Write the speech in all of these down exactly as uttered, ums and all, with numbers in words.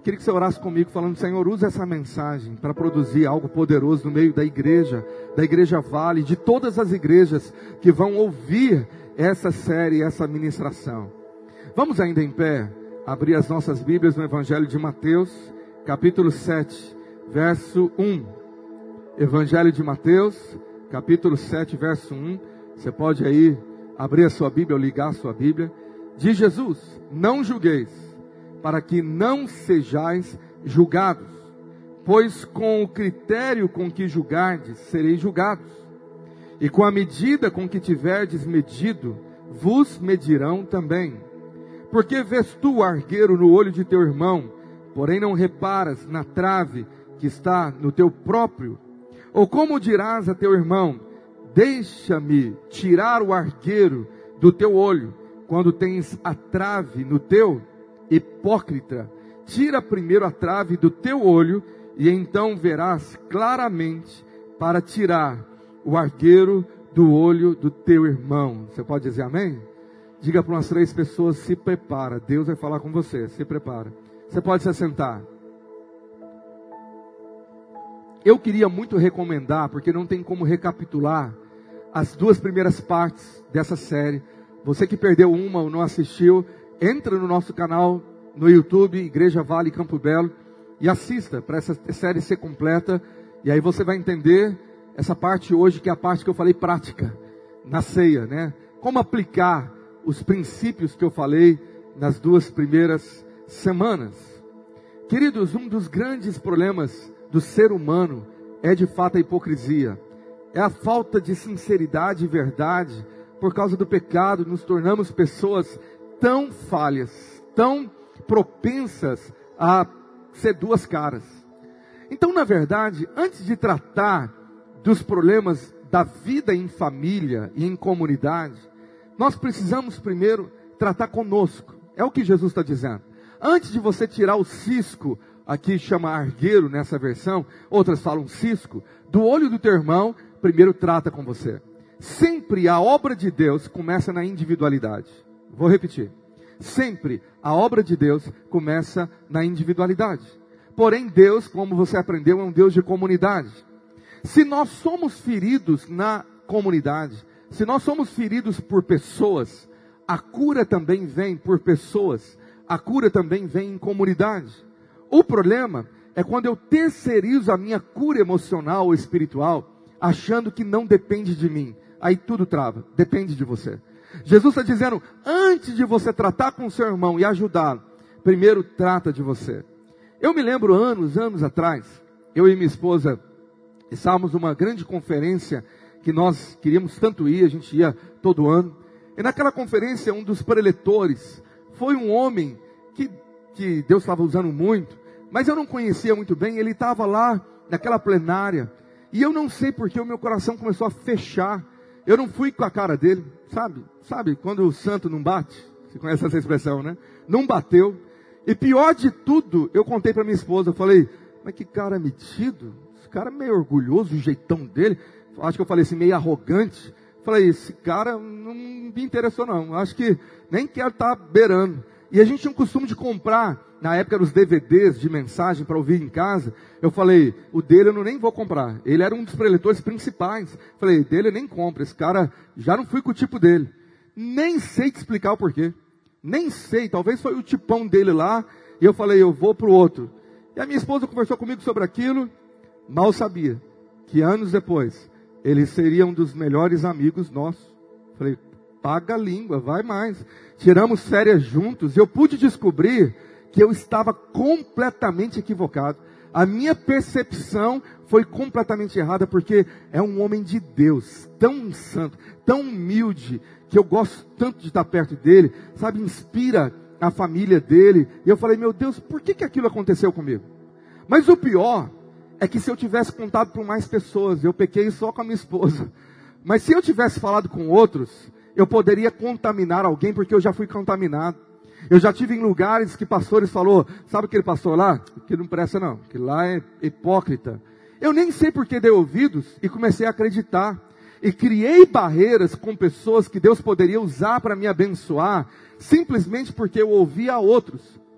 Queria que você orasse comigo falando: Senhor, usa essa mensagem para produzir algo poderoso no meio da igreja, da Igreja Vale, de todas as igrejas que vão ouvir essa série, essa ministração. Vamos ainda em pé, abrir as nossas Bíblias no Evangelho de Mateus, capítulo sete, verso um. Evangelho de Mateus, capítulo sete, verso um. Você pode aí abrir a sua Bíblia ou ligar a sua Bíblia. Diz Jesus: não julgueis, para que não sejais julgados, pois com o critério com que julgardes, sereis julgados, e com a medida com que tiverdes medido, vos medirão também. Porque vês tu o argueiro no olho de teu irmão, porém não reparas na trave que está no teu próprio? Ou como dirás a teu irmão: deixa-me tirar o argueiro do teu olho, quando tens a trave no teu? Hipócrita, tira primeiro a trave do teu olho, e então verás claramente para tirar o argueiro do olho do teu irmão. Você pode dizer amém? Diga para umas três pessoas: se prepara, Deus vai falar com você, se prepara. Você pode se assentar. Eu queria muito recomendar, porque não tem como recapitular as duas primeiras partes dessa série. Você que perdeu uma ou não assistiu, entra no nosso canal no YouTube, Igreja Vale Campo Belo, e assista para essa série ser completa. E aí você vai entender essa parte hoje, que é a parte que eu falei prática, na ceia, né? Como aplicar os princípios que eu falei nas duas primeiras semanas. Queridos, um dos grandes problemas do ser humano é de fato a hipocrisia. É a falta de sinceridade e verdade. Por causa do pecado, nos tornamos pessoas tão falhas, tão propensas a ser duas caras. Então, na verdade, antes de tratar dos problemas da vida em família e em comunidade, nós precisamos primeiro tratar conosco. É o que Jesus está dizendo. Antes de você tirar o cisco, aqui chama argueiro nessa versão, outras falam cisco, do olho do teu irmão, primeiro trata com você. Sempre a obra de Deus começa na individualidade. Vou repetir. Sempre a obra de Deus começa na individualidade. Porém, Deus, como você aprendeu, é um Deus de comunidade. Se nós somos feridos na comunidade, se nós somos feridos por pessoas, a cura também vem por pessoas. A cura também vem em comunidade. O problema é quando eu terceirizo a minha cura emocional ou espiritual, achando que não depende de mim. Aí tudo trava, depende de você. Jesus está dizendo: antes de você tratar com o seu irmão e ajudá-lo, primeiro trata de você. Eu me lembro anos, anos atrás, eu e minha esposa estávamos numa grande conferência que nós queríamos tanto ir, a gente ia todo ano. E naquela conferência, um dos preletores foi um homem que, que Deus estava usando muito, mas eu não conhecia muito bem. Ele estava lá naquela plenária, e eu não sei porque o meu coração começou a fechar. Eu não fui com a cara dele, sabe? Sabe quando o santo não bate? Você conhece essa expressão, né? Não bateu. E pior de tudo, eu contei para minha esposa, eu falei: mas que cara metido, esse cara é meio orgulhoso, o jeitão dele. Acho que eu falei assim, meio arrogante. Falei: esse cara não me interessou não, acho que nem quero estar beirando. E a gente tinha um costume de comprar, na época dos D V Ds de mensagem para ouvir em casa. Eu falei: o dele eu não, nem vou comprar. Ele era um dos preletores principais. Falei: dele eu nem compro, esse cara, já não fui com o tipo dele. Nem sei te explicar o porquê. Nem sei, talvez foi o tipão dele lá. E eu falei: eu vou para o outro. E a minha esposa conversou comigo sobre aquilo. Mal sabia que anos depois ele seria um dos melhores amigos nossos. Falei: paga a língua, vai mais. Tiramos férias juntos e eu pude descobrir que eu estava completamente equivocado. A minha percepção foi completamente errada, porque é um homem de Deus, tão santo, tão humilde, que eu gosto tanto de estar perto dele, sabe, inspira a família dele. E eu falei: meu Deus, por que que aquilo aconteceu comigo? Mas o pior é que se eu tivesse contado para mais pessoas, eu pequei só com a minha esposa. Mas se eu tivesse falado com outros, eu poderia contaminar alguém, porque eu já fui contaminado. Eu já tive em lugares que pastores falou: sabe aquele pastor lá? Que não presta não, que lá é hipócrita. Eu nem sei por que dei ouvidos e comecei a acreditar. E criei barreiras com pessoas que Deus poderia usar para me abençoar, simplesmente porque eu ouvia outros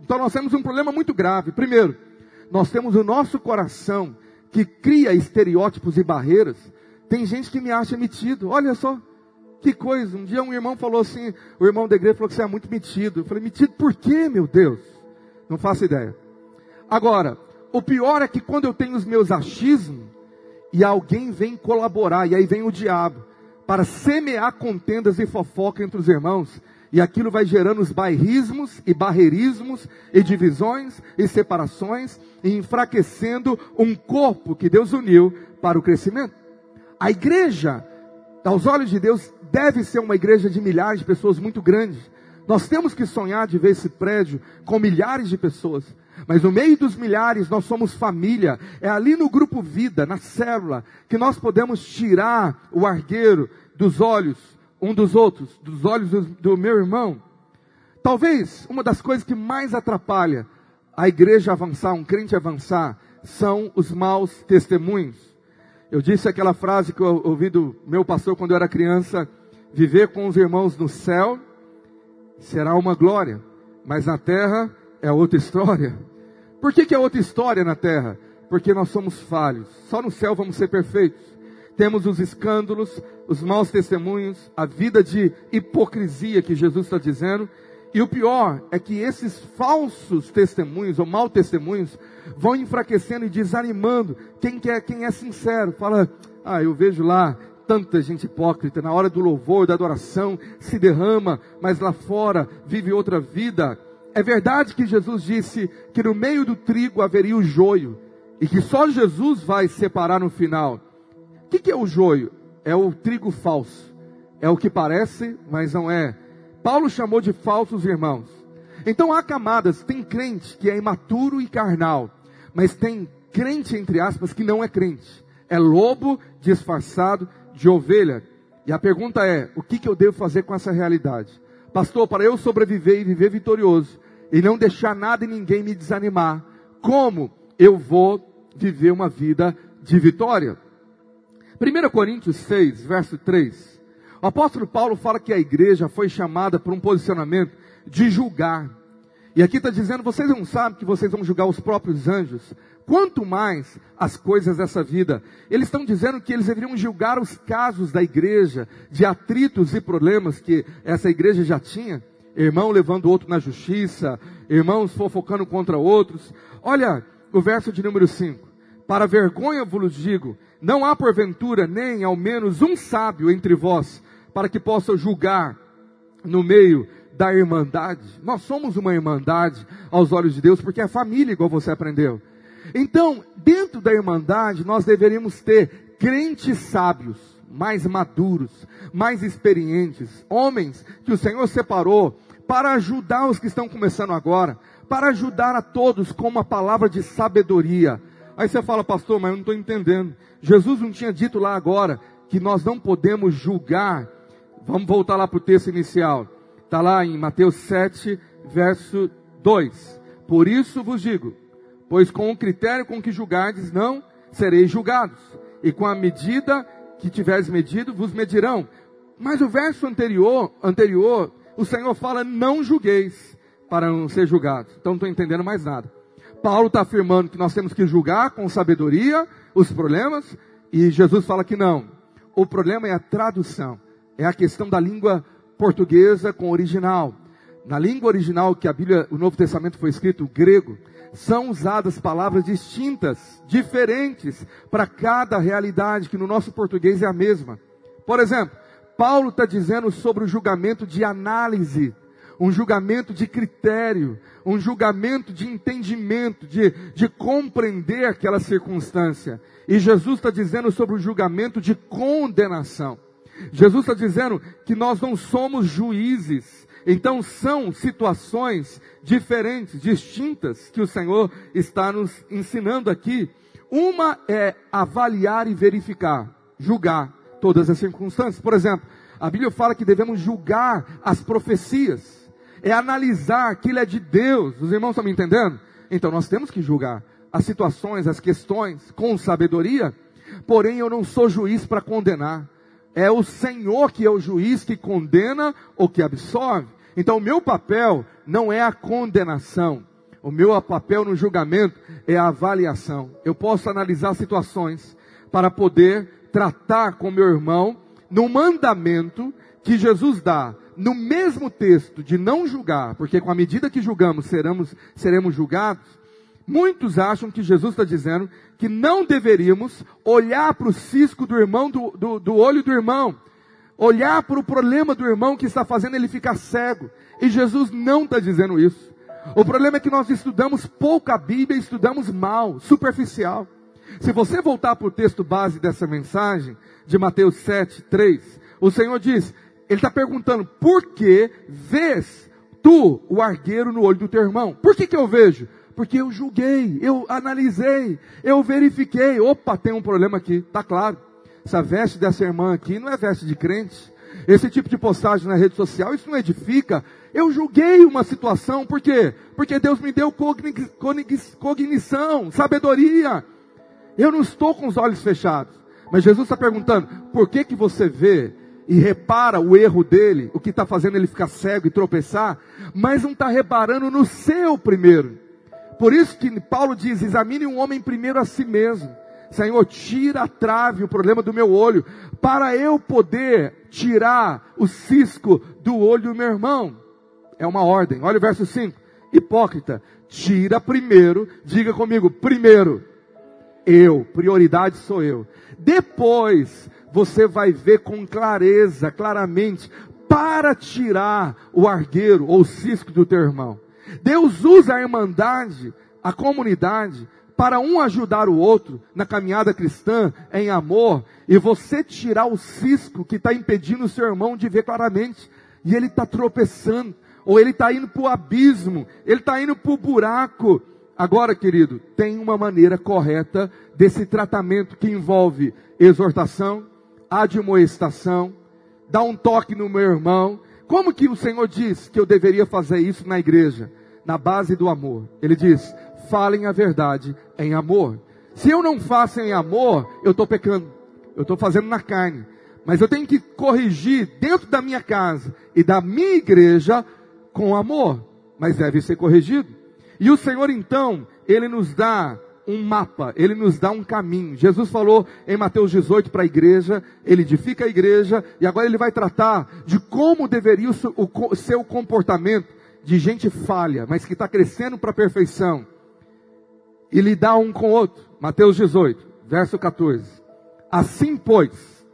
Então nós temos um problema muito grave. Primeiro, nós temos o nosso coração que cria estereótipos e barreiras. Tem gente que me acha metido. Olha só, que coisa. Um dia um irmão falou assim, o irmão da igreja falou que você é muito metido. Eu falei, metido por quê, meu Deus? Não faço ideia. Agora, o pior é que quando eu tenho os meus achismos, e alguém vem colaborar, e aí vem o diabo, para semear contendas e fofoca entre os irmãos, e aquilo vai gerando os bairrismos e barreirismos, e divisões e separações, e enfraquecendo um corpo que Deus uniu para o crescimento. A igreja, aos olhos de Deus, deve ser uma igreja de milhares de pessoas muito grande. Nós temos que sonhar de ver esse prédio com milhares de pessoas. Mas no meio dos milhares nós somos família. É ali no grupo vida, na célula, que nós podemos tirar o argueiro dos olhos um dos outros, dos olhos do, do meu irmão. Talvez uma das coisas que mais atrapalha a igreja avançar, um crente avançar, são os maus testemunhos. Eu disse aquela frase que eu ouvi do meu pastor quando eu era criança: viver com os irmãos no céu será uma glória, mas na terra é outra história. Por que que é outra história na terra? Porque nós somos falhos. Só no céu vamos ser perfeitos. Temos os escândalos, os maus testemunhos, a vida de hipocrisia que Jesus está dizendo. E o pior é que esses falsos testemunhos, ou maus testemunhos, vão enfraquecendo e desanimando quem, quer, quem é sincero. Fala, ah, eu vejo lá tanta gente hipócrita, na hora do louvor, da adoração, se derrama, mas lá fora vive outra vida. É verdade que Jesus disse que no meio do trigo haveria o joio, e que só Jesus vai separar no final. O que, que é o joio? É o trigo falso. É o que parece, mas não é. Paulo chamou de falsos irmãos. Então há camadas, tem crente que é imaturo e carnal, mas tem crente, entre aspas, que não é crente. É lobo disfarçado de ovelha. E a pergunta é, o que, que eu devo fazer com essa realidade? Pastor, para eu sobreviver e viver vitorioso, e não deixar nada e ninguém me desanimar, como eu vou viver uma vida de vitória? primeira Coríntios seis, verso três. O apóstolo Paulo fala que a igreja foi chamada por um posicionamento de julgar. E aqui está dizendo, vocês não sabem que vocês vão julgar os próprios anjos? Quanto mais as coisas dessa vida. Eles estão dizendo que eles deveriam julgar os casos da igreja, de atritos e problemas que essa igreja já tinha. Irmão levando outro na justiça, irmãos fofocando contra outros. Olha o verso de número cinco. Para vergonha vos digo, não há porventura nem ao menos um sábio entre vós, para que possa julgar no meio da irmandade. Nós somos uma irmandade aos olhos de Deus, porque é família, igual você aprendeu. Então, dentro da irmandade, nós deveríamos ter crentes sábios, mais maduros, mais experientes, homens que o Senhor separou para ajudar os que estão começando agora, para ajudar a todos com uma palavra de sabedoria. Aí você fala, pastor, mas eu não estou entendendo. Jesus não tinha dito lá agora que nós não podemos julgar. Vamos voltar lá para o texto inicial. Está lá em Mateus sete, verso dois. Por isso vos digo, pois com o critério com que julgardes, não sereis julgados. E com a medida que tiveres medido, vos medirão. Mas o verso anterior, anterior, o Senhor fala, não julgueis, para não ser julgados. Então não estou entendendo mais nada. Paulo está afirmando que nós temos que julgar com sabedoria os problemas, e Jesus fala que não. O problema é a tradução, é a questão da língua portuguesa com original. Na língua original que a Bíblia, o Novo Testamento foi escrito, o grego, são usadas palavras distintas, diferentes, para cada realidade, que no nosso português é a mesma. Por exemplo, Paulo está dizendo sobre o julgamento de análise, um julgamento de critério, um julgamento de entendimento, de, de compreender aquela circunstância. E Jesus está dizendo sobre o julgamento de condenação. Jesus está dizendo que nós não somos juízes. Então são situações diferentes, distintas, que o Senhor está nos ensinando aqui. Uma é avaliar e verificar, julgar todas as circunstâncias. Por exemplo, a Bíblia fala que devemos julgar as profecias. É analisar aquilo é de Deus. Os irmãos estão me entendendo? Então nós temos que julgar as situações, as questões com sabedoria. Porém eu não sou juiz para condenar. É o Senhor que é o juiz que condena ou que absolve. Então o meu papel não é a condenação. O meu papel no julgamento é a avaliação. Eu posso analisar situações para poder tratar com meu irmão no mandamento que Jesus dá, no mesmo texto de não julgar, porque com a medida que julgamos seremos, seremos julgados. Muitos acham que Jesus está dizendo que não deveríamos olhar para o cisco do irmão, do, do, do olho do irmão, olhar para o problema do irmão que está fazendo ele ficar cego. E Jesus não está dizendo isso. O problema é que nós estudamos pouco a Bíblia, estudamos mal, superficial. Se você voltar para o texto base dessa mensagem, de Mateus sete, três, o Senhor diz, Ele está perguntando, por que vês tu o argueiro no olho do teu irmão? Por que que eu vejo? Porque eu julguei, eu analisei, eu verifiquei, opa, tem um problema aqui, está claro. Essa veste dessa irmã aqui não é veste de crente. Esse tipo de postagem na rede social, isso não edifica. Eu julguei uma situação, por quê? Porque Deus me deu cogni, cogni, cognição, sabedoria. Eu não estou com os olhos fechados. Mas Jesus está perguntando, por que que você vê e repara o erro dele, o que está fazendo ele ficar cego e tropeçar, mas não está reparando no seu primeiro? Por isso que Paulo diz, examine um homem primeiro a si mesmo. Senhor, tira a trave, o problema do meu olho, para eu poder tirar o cisco do olho do meu irmão. É uma ordem. Olha o verso cinco. Hipócrita, tira primeiro, diga comigo, primeiro, eu, prioridade sou eu. Depois, você vai ver com clareza, claramente, para tirar o argueiro ou o cisco do teu irmão. Deus usa a irmandade, a comunidade, para um ajudar o outro na caminhada cristã, em amor, e você tirar o cisco que está impedindo o seu irmão de ver claramente, e ele está tropeçando, ou ele está indo para o abismo, ele está indo para o buraco. Agora, querido, tem uma maneira correta desse tratamento que envolve exortação, admoestação, dar um toque no meu irmão. Como que o Senhor diz que eu deveria fazer isso na igreja? Na base do amor. Ele diz, falem a verdade em amor. Se eu não faço em amor, eu estou pecando. Eu estou fazendo na carne. Mas eu tenho que corrigir dentro da minha casa e da minha igreja com amor. Mas deve ser corrigido. E o Senhor então, Ele nos dá um mapa, Ele nos dá um caminho. Jesus falou em Mateus dezoito para a igreja, Ele edifica a igreja, e agora Ele vai tratar de como deveria o ser o comportamento de gente falha, mas que está crescendo para a perfeição. E lidar um com o outro. Mateus dezoito, verso quatorze. Assim, pois,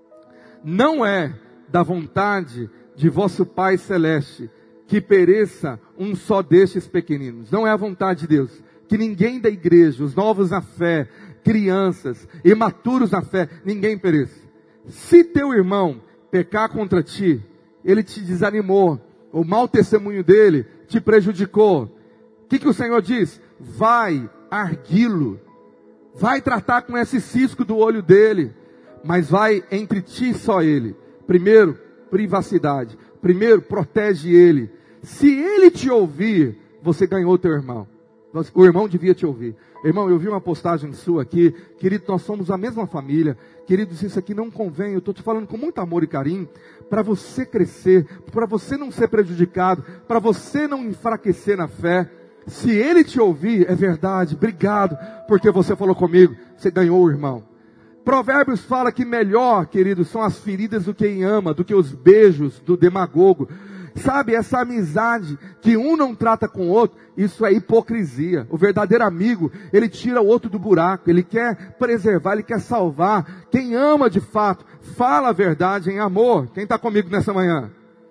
não é da vontade de vosso Pai Celeste que pereça um só destes pequeninos. Não é a vontade de Deus que ninguém da igreja, os novos na fé, crianças, imaturos na fé, ninguém pereça. Se teu irmão pecar contra ti, ele te desanimou, o mau testemunho dele te prejudicou, o que que o Senhor diz? Vai arguí-lo, vai tratar com esse cisco do olho dele, mas vai entre ti e só ele. Primeiro, privacidade. Primeiro, protege ele. Se ele te ouvir, você ganhou teu irmão. O irmão devia te ouvir. Irmão, eu vi uma postagem sua aqui. Querido, nós somos a mesma família. Querido, se isso aqui não convém, eu estou te falando com muito amor e carinho, para você crescer, para você não ser prejudicado, para você não enfraquecer na fé. Se ele te ouvir, é verdade, obrigado, porque você falou comigo, você ganhou o irmão. Provérbios fala que melhor, querido, são as feridas do quem ama, do que os beijos do demagogo. Sabe, essa amizade que um não trata com o outro, isso é hipocrisia. O verdadeiro amigo, ele tira o outro do buraco, ele quer preservar, ele quer salvar. Quem ama de fato, fala a verdade em amor. Quem está comigo nessa manhã?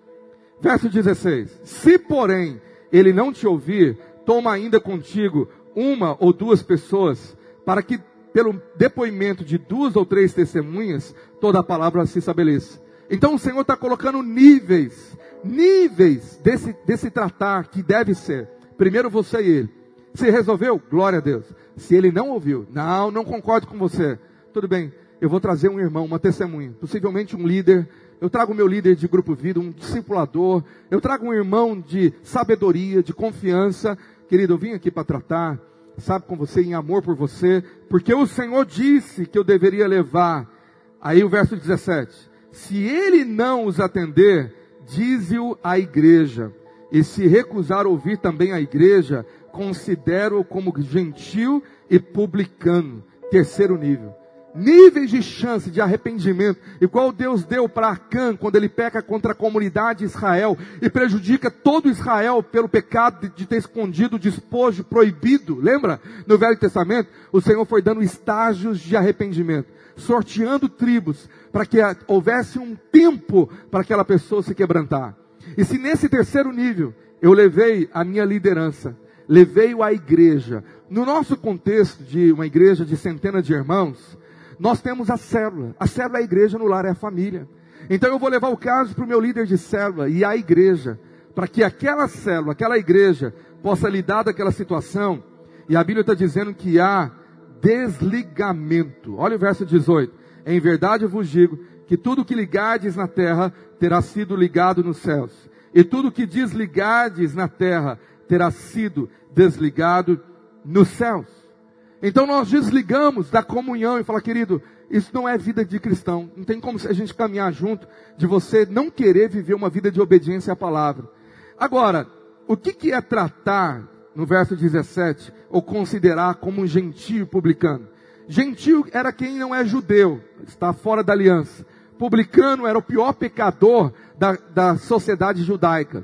Verso dezesseis. Se porém ele não te ouvir, toma ainda contigo uma ou duas pessoas, para que pelo depoimento de duas ou três testemunhas, toda a palavra se estabeleça. Então o Senhor está colocando níveis, níveis desse, desse tratar que deve ser. Primeiro você e ele. Se resolveu, glória a Deus. Se ele não ouviu, não, não concordo com você. Tudo bem, eu vou trazer um irmão, uma testemunha, possivelmente um líder. Eu trago o meu líder de grupo vida, um discipulador. Eu trago um irmão de sabedoria, de confiança. Querido, eu vim aqui para tratar, sabe, com você, em amor por você, porque o Senhor disse que eu deveria levar. Aí o verso dezessete. Se ele não os atender, dize-o à igreja. E se recusar ouvir também a igreja, considero-o como gentil e publicano. Terceiro nível. Níveis de chance de arrependimento, igual Deus deu para Acã quando ele peca contra a comunidade de Israel e prejudica todo Israel pelo pecado de ter escondido o despojo proibido. Lembra? No Velho Testamento, o Senhor foi dando estágios de arrependimento, sorteando tribos para que houvesse um tempo para aquela pessoa se quebrantar. E se nesse terceiro nível eu levei a minha liderança, levei-o à igreja, no nosso contexto de uma igreja de centenas de irmãos, nós temos a célula. A célula é a igreja, no lar é a família. Então eu vou levar o caso para o meu líder de célula e à igreja, para que aquela célula, aquela igreja, possa lidar daquela situação. E a Bíblia está dizendo que há desligamento. Olha o verso dezoito. Em verdade eu vos digo que tudo que ligardes na terra terá sido ligado nos céus. E tudo que desligardes na terra terá sido desligado nos céus. Então nós desligamos da comunhão e falamos, querido, isso não é vida de cristão. Não tem como a gente caminhar junto de você não querer viver uma vida de obediência à palavra. Agora, o que, que é tratar, no verso dezessete, ou considerar como um gentio publicano? Gentio era quem não é judeu, está fora da aliança. Publicano era o pior pecador da, da sociedade judaica.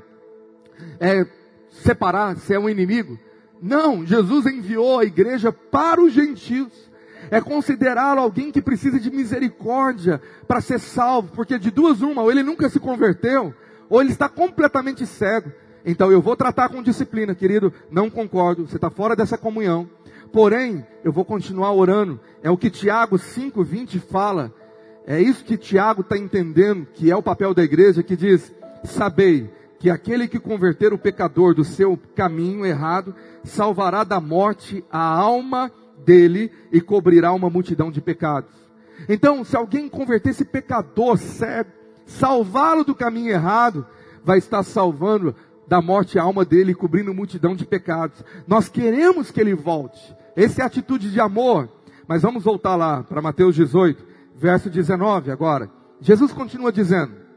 É separar, se é um inimigo? Não, Jesus enviou a igreja para os gentios. É considerá-lo alguém que precisa de misericórdia para ser salvo. Porque de duas uma, ou ele nunca se converteu, ou ele está completamente cego. Então eu vou tratar com disciplina, querido, não concordo, você está fora dessa comunhão. Porém, eu vou continuar orando. É o que Tiago cinco, vinte fala. É isso que Tiago está entendendo, que é o papel da igreja, que diz, sabei que aquele que converter o pecador do seu caminho errado, salvará da morte a alma dele e cobrirá uma multidão de pecados. Então, se alguém converter esse pecador cego, salvá-lo do caminho errado, vai estar salvando da morte a alma dele e cobrindo multidão de pecados. Nós queremos que ele volte. Essa é a atitude de amor. Mas vamos voltar lá para Mateus dezoito, verso dezenove agora. Jesus continua dizendo,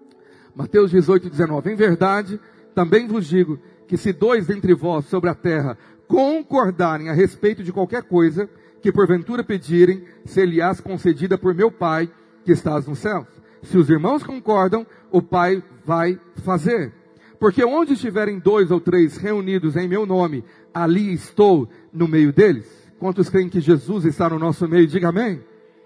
Mateus dezoito, dezenove, em verdade, também vos digo, que se dois dentre vós sobre a terra concordarem a respeito de qualquer coisa, que porventura pedirem, ser-lhe-ás concedida por meu Pai, que estás nos céus. Se os irmãos concordam, o Pai vai fazer. Porque onde estiverem dois ou três reunidos em meu nome, ali estou no meio deles. Quantos creem que Jesus está no nosso meio? Diga amém.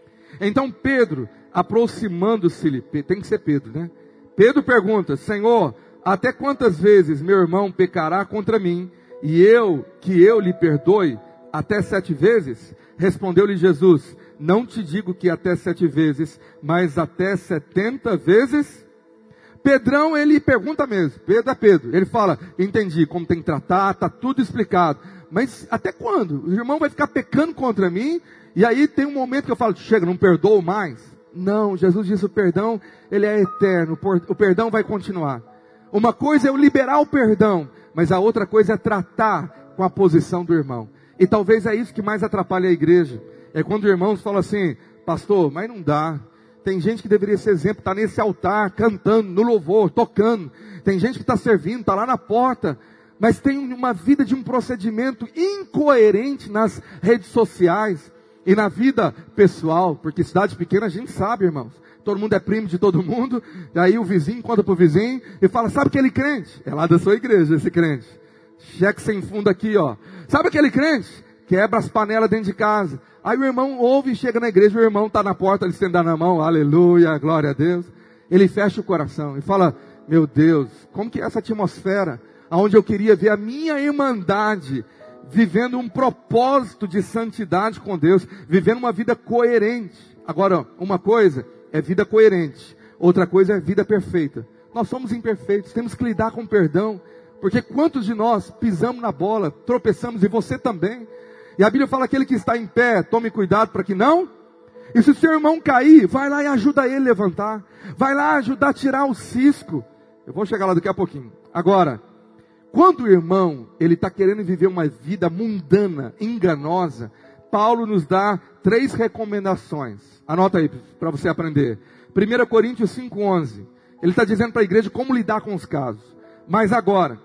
Então Pedro, aproximando-se-lhe, tem que ser Pedro, né? Pedro pergunta, Senhor, até quantas vezes meu irmão pecará contra mim, e eu, que eu lhe perdoe, até sete vezes? Respondeu-lhe Jesus, não te digo que até sete vezes, mas até setenta vezes? Pedrão, ele pergunta mesmo, Pedro é Pedro, ele fala, entendi como tem que tratar, está tudo explicado, mas até quando? O irmão vai ficar pecando contra mim, e aí tem um momento que eu falo, chega, não perdoo mais. Não, Jesus disse o perdão, ele é eterno, o perdão vai continuar. Uma coisa é eu liberar o perdão, mas a outra coisa é tratar com a posição do irmão. E talvez é isso que mais atrapalha a igreja. É quando irmãos falam assim, pastor, mas não dá. Tem gente que deveria ser exemplo, está nesse altar, cantando, no louvor, tocando. Tem gente que está servindo, está lá na porta, mas tem uma vida de um procedimento incoerente nas redes sociais. E na vida pessoal, porque cidade pequena a gente sabe, irmãos. Todo mundo é primo de todo mundo. Daí o vizinho conta pro vizinho e fala, sabe aquele crente? É lá da sua igreja esse crente. Cheque sem fundo aqui, ó. Sabe aquele crente? Quebra as panelas dentro de casa. Aí o irmão ouve e chega na igreja, o irmão está na porta, ele estende na mão, aleluia, glória a Deus. Ele fecha o coração e fala, meu Deus, como que é essa atmosfera? Onde eu queria ver a minha irmandade vivendo um propósito de santidade com Deus, vivendo uma vida coerente. Agora, uma coisa é vida coerente, outra coisa é vida perfeita. Nós somos imperfeitos, temos que lidar com perdão, porque quantos de nós pisamos na bola, tropeçamos, e você também. E a Bíblia fala, aquele que está em pé, tome cuidado para que não. E se o seu irmão cair, vai lá e ajuda ele a levantar, vai lá ajudar a tirar o cisco. Eu vou chegar lá daqui a pouquinho. Agora, quando o irmão, ele está querendo viver uma vida mundana, enganosa, Paulo nos dá três recomendações. Anota aí para você aprender. primeira Coríntios cinco, onze. Ele está dizendo para a igreja como lidar com os casos. Mas agora,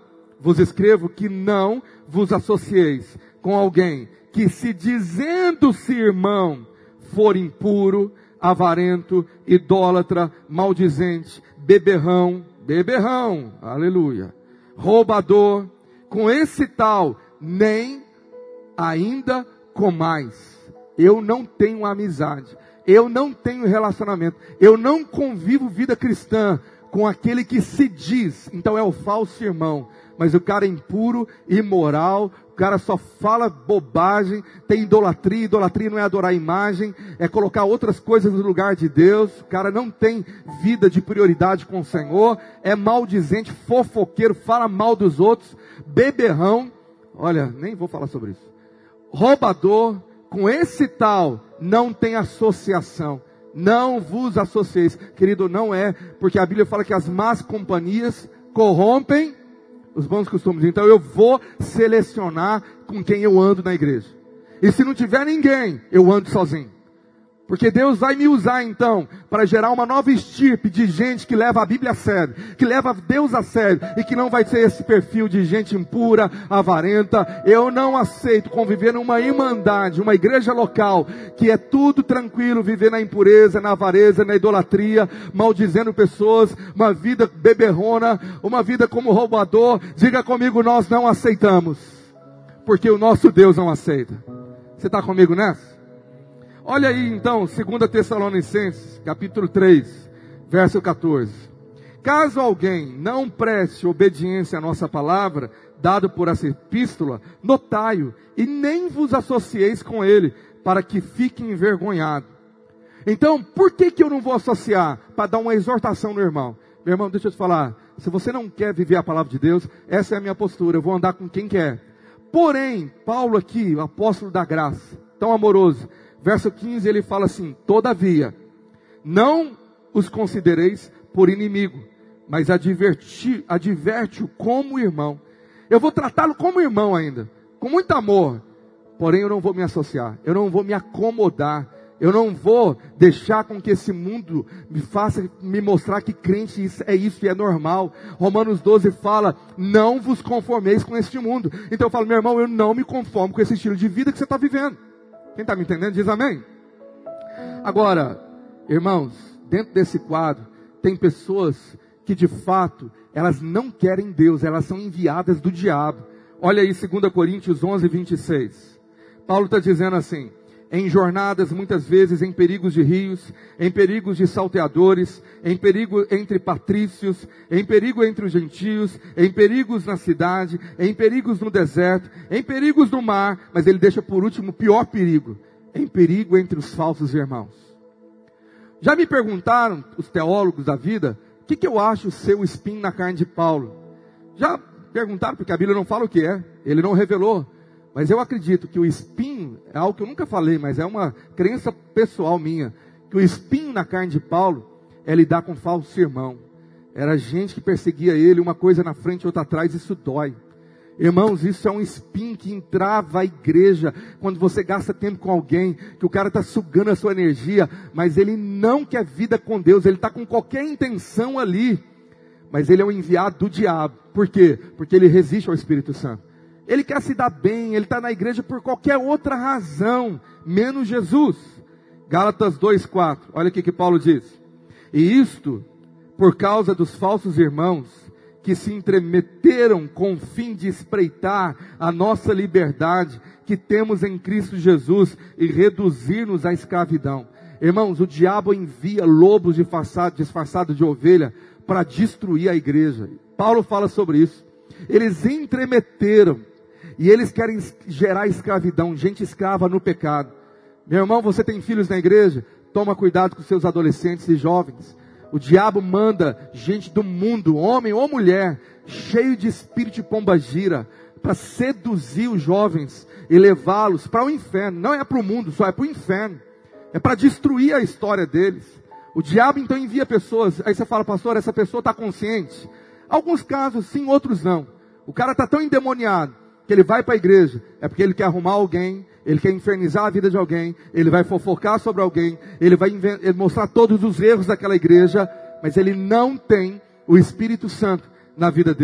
vos escrevo que não vos associeis com alguém que, se dizendo-se irmão, for impuro, avarento, idólatra, maldizente, beberrão, beberrão, aleluia, roubador, com esse tal, nem ainda comais. Eu não tenho amizade, eu não tenho relacionamento, eu não convivo vida cristã com aquele que se diz, então é o falso irmão, mas o cara é impuro, imoral, o cara só fala bobagem, tem idolatria, idolatria não é adorar a imagem, é colocar outras coisas no lugar de Deus, o cara não tem vida de prioridade com o Senhor, é maldizente, fofoqueiro, fala mal dos outros, beberrão, olha, nem vou falar sobre isso, roubador, com esse tal não tem associação, não vos associeis, querido, não é, porque a Bíblia fala que as más companhias corrompem os bons costumes. Então eu vou selecionar com quem eu ando na igreja. E se não tiver ninguém, eu ando sozinho. Porque Deus vai me usar então para gerar uma nova estirpe de gente que leva a Bíblia a sério, que leva Deus a sério e que não vai ser esse perfil de gente impura, avarenta. Eu não aceito conviver numa irmandade, uma igreja local que é tudo tranquilo, viver na impureza, na avareza, na idolatria, maldizendo pessoas, uma vida beberrona, uma vida como roubador. Diga comigo, nós não aceitamos, porque o nosso Deus não aceita. Você está comigo nessa? Olha aí então, segunda Tessalonicenses, capítulo três, verso quatorze. Caso alguém não preste obediência à nossa palavra, dado por essa epístola, notai-o, e nem vos associeis com ele, para que fique envergonhado. Então, por que que eu não vou associar? Para dar uma exortação no irmão. Meu irmão, deixa eu te falar, se você não quer viver a palavra de Deus, essa é a minha postura, eu vou andar com quem quer. Porém, Paulo aqui, o apóstolo da graça, tão amoroso, verso quinze, ele fala assim, todavia, não os considereis por inimigo, mas adverti, adverte-o como irmão. Eu vou tratá-lo como irmão ainda, com muito amor, porém eu não vou me associar, eu não vou me acomodar, eu não vou deixar com que esse mundo me faça me mostrar que crente é isso e é normal. Romanos doze fala, não vos conformeis com este mundo. Então eu falo, meu irmão, eu não me conformo com esse estilo de vida que você está vivendo. Quem está me entendendo, diz amém. Agora, irmãos, dentro desse quadro, tem pessoas que de fato, elas não querem Deus, elas são enviadas do diabo. Olha aí, segunda Coríntios onze, vinte e seis. Paulo está dizendo assim, em jornadas muitas vezes em perigos de rios, em perigos de salteadores, em perigo entre patrícios, em perigo entre os gentios, em perigos na cidade, em perigos no deserto, em perigos no mar, mas ele deixa por último o pior perigo, em perigo entre os falsos irmãos. Já me perguntaram, os teólogos da vida, o que, que eu acho ser o espinho na carne de Paulo? Já perguntaram, porque a Bíblia não fala o que é, ele não revelou. Mas eu acredito que o espinho, é algo que eu nunca falei, mas é uma crença pessoal minha, que o espinho na carne de Paulo é lidar com falso irmão. Era gente que perseguia ele, uma coisa na frente, outra atrás, isso dói. Irmãos, isso é um espinho que entrava a igreja, quando você gasta tempo com alguém, que o cara está sugando a sua energia, mas ele não quer vida com Deus, ele está com qualquer intenção ali, mas ele é um enviado do diabo. Por quê? Porque ele resiste ao Espírito Santo. Ele quer se dar bem, ele está na igreja por qualquer outra razão, menos Jesus. Gálatas dois, quatro, olha o que que Paulo diz. E isto, por causa dos falsos irmãos, que se entremeteram com o fim de espreitar a nossa liberdade, que temos em Cristo Jesus, e reduzir-nos à escravidão. Irmãos, o diabo envia lobos disfarçados disfarçado de ovelha, para destruir a igreja. Paulo fala sobre isso. Eles entremeteram. E eles querem gerar escravidão, gente escrava no pecado. Meu irmão, você tem filhos na igreja? Toma cuidado com seus adolescentes e jovens. O diabo manda gente do mundo, homem ou mulher, cheio de espírito de pombagira, para seduzir os jovens e levá-los para o inferno. Não é para o mundo, só é para o inferno. É para destruir a história deles. O diabo então envia pessoas. Aí você fala, pastor, essa pessoa está consciente? Alguns casos sim, outros não. O cara está tão endemoniado que ele vai para a igreja, é porque ele quer arrumar alguém, ele quer infernizar a vida de alguém, ele vai fofocar sobre alguém, ele vai ele mostrar todos os erros daquela igreja, mas ele não tem o Espírito Santo na vida dele.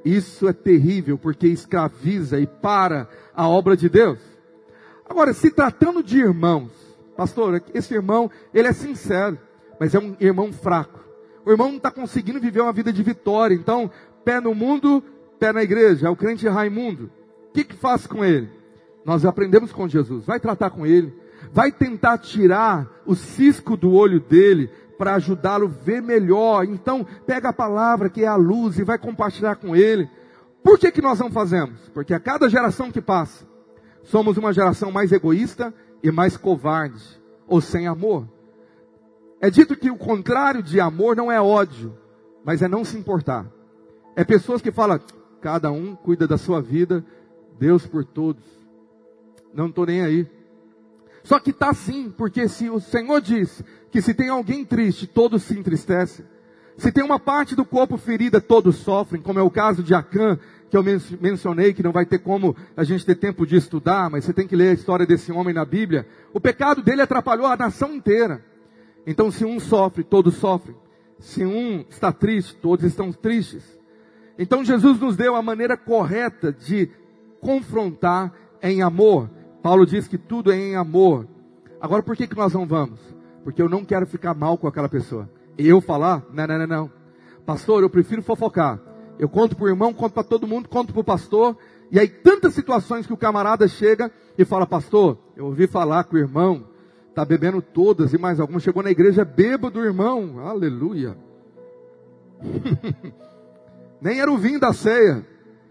Isso é terrível, porque escraviza e para a obra de Deus. Agora, se tratando de irmãos, pastor, esse irmão, ele é sincero, mas é um irmão fraco. O irmão não está conseguindo viver uma vida de vitória, então, pé no mundo, pé na igreja, é o crente Raimundo. O que que faz com ele? Nós aprendemos com Jesus, vai tratar com ele, vai tentar tirar o cisco do olho dele, para ajudá-lo a ver melhor. Então, pega a palavra que é a luz e vai compartilhar com ele. Por que que nós não fazemos? Porque a cada geração que passa, somos uma geração mais egoísta e mais covarde, ou sem amor. É dito que o contrário de amor não é ódio, mas é não se importar. É pessoas que falam, cada um cuida da sua vida, Deus por todos. Não estou nem aí. Só que está sim, porque se o Senhor diz que se tem alguém triste, todos se entristecem. Se tem uma parte do corpo ferida, todos sofrem, como é o caso de Acã, que eu men- mencionei, que não vai ter como a gente ter tempo de estudar, mas você tem que ler a história desse homem na Bíblia. O pecado dele atrapalhou a nação inteira. Então se um sofre, todos sofrem. Se um está triste, todos estão tristes. Então Jesus nos deu a maneira correta de confrontar em amor. Paulo diz que tudo é em amor. Agora, por que que nós não vamos? Porque eu não quero ficar mal com aquela pessoa. E eu falar? Não, não, não, não. Pastor, eu prefiro fofocar. Eu conto para o irmão, conto para todo mundo, conto para o pastor. E aí, tantas situações que o camarada chega e fala, pastor, eu ouvi falar que o irmão está bebendo todas e mais algumas. Chegou na igreja bêbado do irmão. Aleluia. Nem era o vinho da ceia.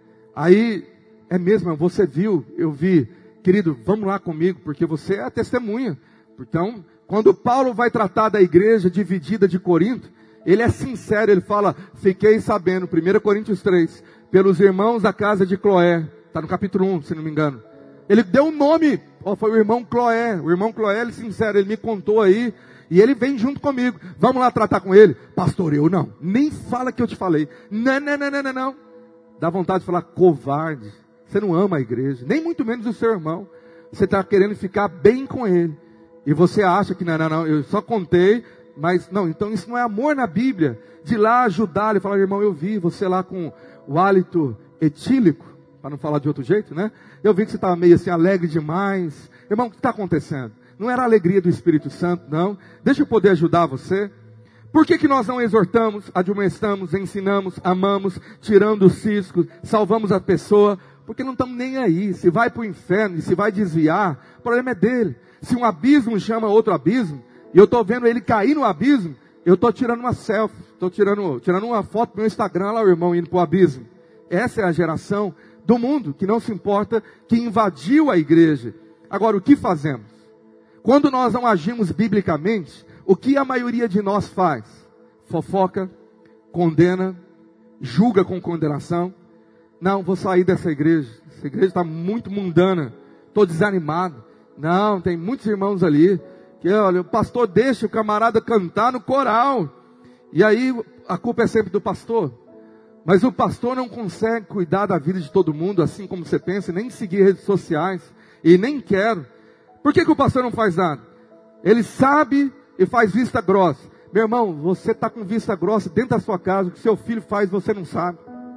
Aí, é mesmo, você viu, eu vi. Querido, vamos lá comigo, porque você é a testemunha. Então, quando Paulo vai tratar da igreja dividida de Corinto, ele é sincero, ele fala, fiquei sabendo, primeira Coríntios três, pelos irmãos da casa de Cloé, está no capítulo um, se não me engano. Ele deu um nome, oh, foi o irmão Cloé, o irmão Cloé, ele é sincero, ele me contou aí, e ele vem junto comigo, vamos lá tratar com ele. Pastor, eu não, nem fala que eu te falei, não, não, não, não, não, não. Dá vontade de falar, covarde. Você não ama a igreja, nem muito menos o seu irmão. Você está querendo ficar bem com ele. E você acha que não, não, não, eu só contei, mas não, então isso não é amor na Bíblia. De ir lá ajudar ele, falar, irmão, eu vi você lá com o hálito etílico, para não falar de outro jeito, né? Eu vi que você estava meio assim, alegre demais. Irmão, o que está acontecendo? Não era a alegria do Espírito Santo, não. Deixa eu poder ajudar você. Por que que nós não exortamos, admoestamos, ensinamos, amamos, tirando os ciscos, salvamos a pessoa? Porque não estamos nem aí. Se vai para o inferno e se vai desviar, o problema é dele. Se um abismo chama outro abismo, e eu estou vendo ele cair no abismo, eu estou tirando uma selfie, estou tirando, tirando uma foto no meu Instagram, lá o irmão indo para o abismo. Essa é a geração do mundo, que não se importa, que invadiu a igreja. Agora, o que fazemos? Quando nós não agimos biblicamente, o que a maioria de nós faz? Fofoca, condena, julga com condenação. Não, vou sair dessa igreja. Essa igreja está muito mundana. Estou desanimado. Não, tem muitos irmãos ali. Que, olha, o pastor deixa o camarada cantar no coral. E aí, a culpa é sempre do pastor. Mas o pastor não consegue cuidar da vida de todo mundo, assim como você pensa, nem seguir redes sociais. E nem quero. Por que que o pastor não faz nada? Ele sabe e faz vista grossa. Meu irmão, você está com vista grossa dentro da sua casa. O que seu filho faz, você não sabe.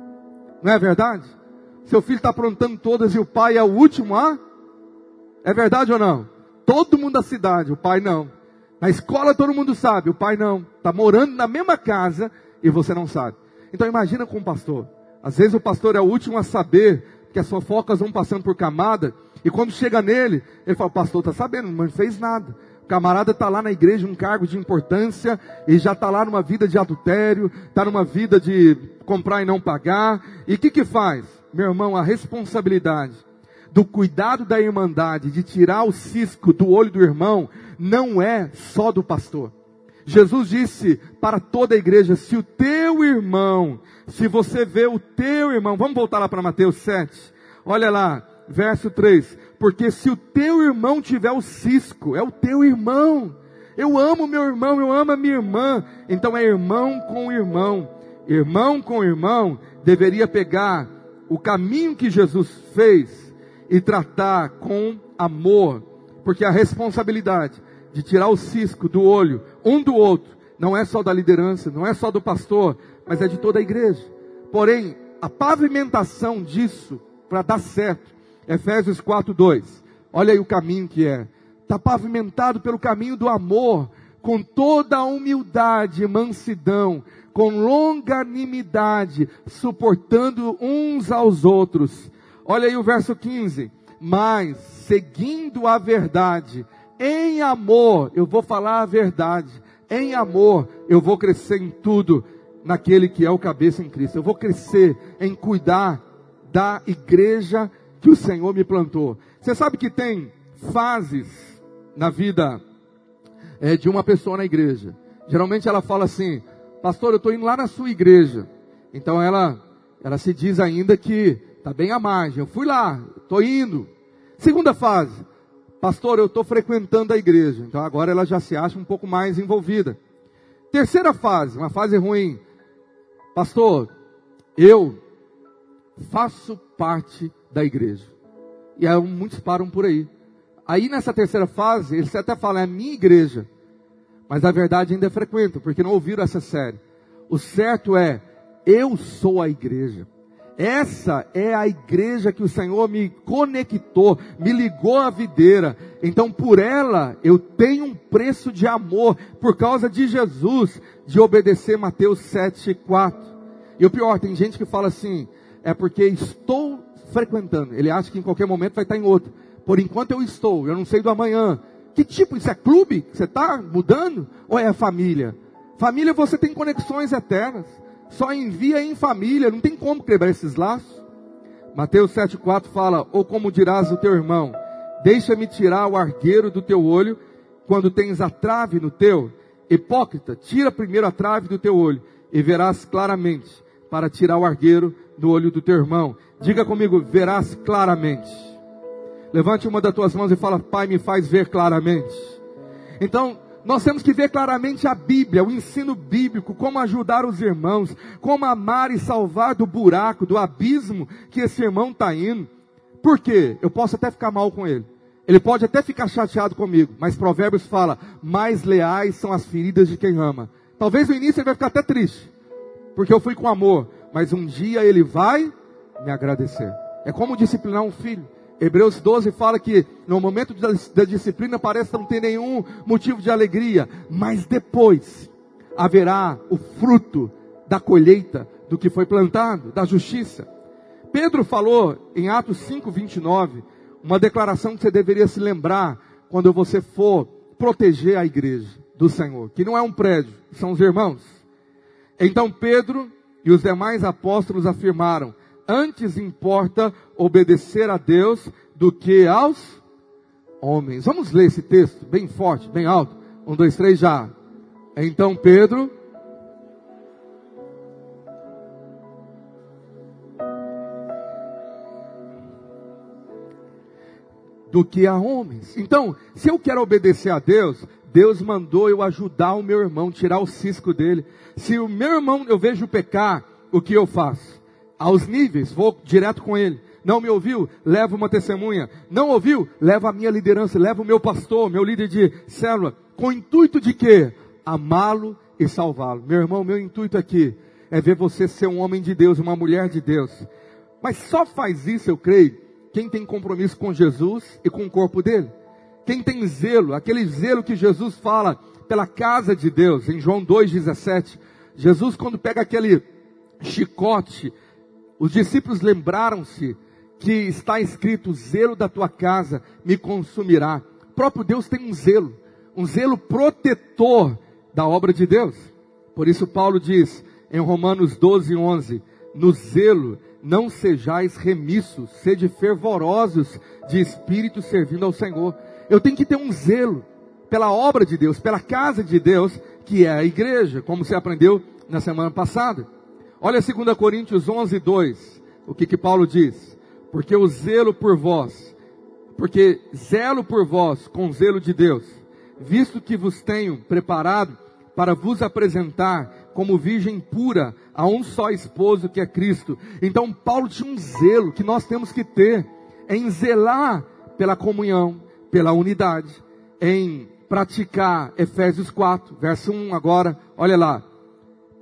Não é verdade? Seu filho está aprontando todas e o pai é o último a... É verdade ou não? Todo mundo da cidade, o pai não. Na escola todo mundo sabe, o pai não. Está morando na mesma casa e você não sabe. Então imagina com o pastor. Às vezes o pastor é o último a saber, que as fofocas vão passando por camada. E quando chega nele, ele fala, pastor, está sabendo, mas não fez nada. O camarada está lá na igreja, um cargo de importância, e já está lá numa vida de adultério, está numa vida de comprar e não pagar. E o que que faz? Meu irmão, a responsabilidade do cuidado da irmandade, de tirar o cisco do olho do irmão, não é só do pastor. Jesus disse para toda a igreja, se o teu irmão, se você vê o teu irmão, vamos voltar lá para Mateus sete, olha lá, verso três, porque se o teu irmão tiver o cisco, é o teu irmão, eu amo meu irmão, eu amo a minha irmã, então é irmão com irmão, irmão com irmão, deveria pegar o caminho que Jesus fez, e tratar com amor, porque a responsabilidade de tirar o cisco do olho, um do outro, não é só da liderança, não é só do pastor, mas é de toda a igreja. Porém, a pavimentação disso, para dar certo, Efésios quatro, dois. Olha aí o caminho que é. Está pavimentado pelo caminho do amor, com toda a humildade e mansidão, com longanimidade, suportando uns aos outros. Olha aí o verso quinze. Mas, seguindo a verdade, em amor, eu vou falar a verdade, em amor, eu vou crescer em tudo, naquele que é o cabeça em Cristo. Eu vou crescer em cuidar da igreja que o Senhor me plantou. Você sabe que tem fases na vida é, de uma pessoa na igreja. Geralmente ela fala assim: pastor, eu estou indo lá na sua igreja. Então ela, ela se diz ainda que está bem à margem. Eu fui lá, estou indo. Segunda fase: pastor, eu estou frequentando a igreja. Então agora ela já se acha um pouco mais envolvida. Terceira fase, uma fase ruim: pastor, eu faço parte da igreja. E aí muitos param por aí. Aí nessa terceira fase, eles até falam: é a minha igreja. Mas a verdade ainda é frequente, porque não ouviram essa série. O certo é: eu sou a igreja. Essa é a igreja que o Senhor me conectou, me ligou à videira. Então por ela eu tenho um preço de amor, por causa de Jesus, de obedecer Mateus sete, quatro. E o pior, tem gente que fala assim: é porque estou frequentando. Ele acha que em qualquer momento vai estar em outro. Por enquanto eu estou, eu não sei do amanhã. Que tipo? Isso é clube que você está mudando? Ou é família? Família, você tem conexões eternas. Só envia em família, não tem como quebrar esses laços. Mateus sete, quatro fala: ou como dirás ao teu irmão, deixa-me tirar o argueiro do teu olho, quando tens a trave no teu. Hipócrita, tira primeiro a trave do teu olho, e verás claramente, para tirar o argueiro do olho do teu irmão. Diga comigo: verás claramente. Levante uma das tuas mãos e fala: Pai, me faz ver claramente. Então, nós temos que ver claramente a Bíblia, o ensino bíblico, como ajudar os irmãos, como amar e salvar do buraco, do abismo que esse irmão está indo. Por quê? Eu posso até ficar mal com ele. Ele pode até ficar chateado comigo, mas Provérbios fala: mais leais são as feridas de quem ama. Talvez no início ele vai ficar até triste, porque eu fui com amor, mas um dia ele vai me agradecer. É como disciplinar um filho. Hebreus doze fala que no momento da, da disciplina parece não ter nenhum motivo de alegria, mas depois haverá o fruto da colheita do que foi plantado, da justiça. Pedro falou em Atos cinco, vinte e nove, uma declaração que você deveria se lembrar quando você for proteger a igreja do Senhor, que não é um prédio, são os irmãos. Então Pedro e os demais apóstolos afirmaram: antes importa obedecer a Deus do que aos homens. Vamos ler esse texto bem forte, bem alto. Um, dois, três, já. Então Pedro do que a homens. Então, se eu quero obedecer a Deus, Deus mandou eu ajudar o meu irmão, tirar o cisco dele. Se o meu irmão eu vejo pecar, o que eu faço? Aos níveis, vou direto com ele. Não me ouviu? Leva uma testemunha. Não ouviu? Leva a minha liderança, leva o meu pastor, meu líder de célula. Com o intuito de quê? Amá-lo e salvá-lo. Meu irmão, meu intuito aqui é ver você ser um homem de Deus, uma mulher de Deus. Mas só faz isso, eu creio, quem tem compromisso com Jesus e com o corpo dele. Quem tem zelo, aquele zelo que Jesus fala pela casa de Deus, em João dois, dezessete. Jesus, quando pega aquele chicote, os discípulos lembraram-se que está escrito: o zelo da tua casa me consumirá. O próprio Deus tem um zelo, um zelo protetor da obra de Deus. Por isso Paulo diz em Romanos doze, onze, no zelo não sejais remissos, sede fervorosos de espírito servindo ao Senhor. Eu tenho que ter um zelo pela obra de Deus, pela casa de Deus, que é a igreja, como você aprendeu na semana passada. Olha dois Coríntios onze, dois, o que que Paulo diz? Porque o zelo por vós, porque zelo por vós com zelo de Deus, visto que vos tenho preparado para vos apresentar como virgem pura a um só esposo, que é Cristo. Então Paulo tinha um zelo que nós temos que ter, em zelar pela comunhão, pela unidade, em praticar Efésios quatro, verso um agora, olha lá.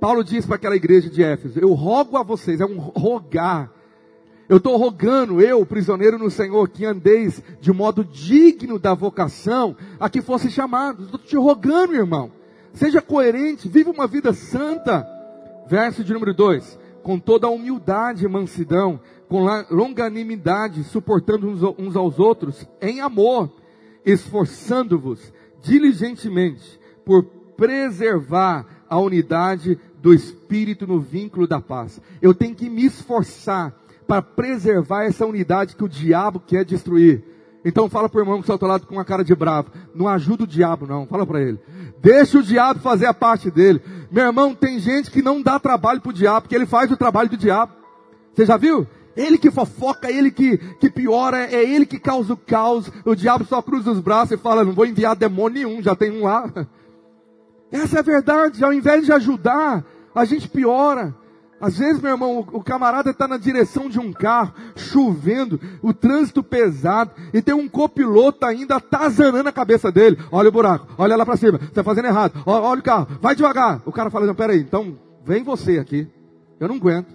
Paulo diz para aquela igreja de Éfeso, eu rogo a vocês, é um rogar. Eu estou rogando, eu, prisioneiro no Senhor, que andeis de modo digno da vocação a que fosse chamados. Estou te rogando, irmão. Seja coerente, viva uma vida santa. Verso de número dois. Com toda a humildade e mansidão, com longanimidade, suportando uns aos outros, em amor, esforçando-vos diligentemente por preservar a unidade do Espírito no vínculo da paz. Eu tenho que me esforçar para preservar essa unidade que o diabo quer destruir. Então fala para o irmão que está ao teu lado com uma cara de bravo. Não ajuda o diabo não, fala para ele. Deixa o diabo fazer a parte dele. Meu irmão, tem gente que não dá trabalho para o diabo, porque ele faz o trabalho do diabo. Você já viu? Ele que fofoca, ele que, que piora, é ele que causa o caos. O diabo só cruza os braços e fala, não vou enviar demônio nenhum, já tem um lá. Essa é a verdade, ao invés de ajudar, a gente piora. Às vezes, meu irmão, o camarada está na direção de um carro, chovendo, o trânsito pesado, e tem um copiloto ainda atazanando a cabeça dele. Olha o buraco, olha lá para cima, você está fazendo errado, olha, olha o carro, vai devagar. O cara fala, não, peraí, então vem você aqui, eu não aguento.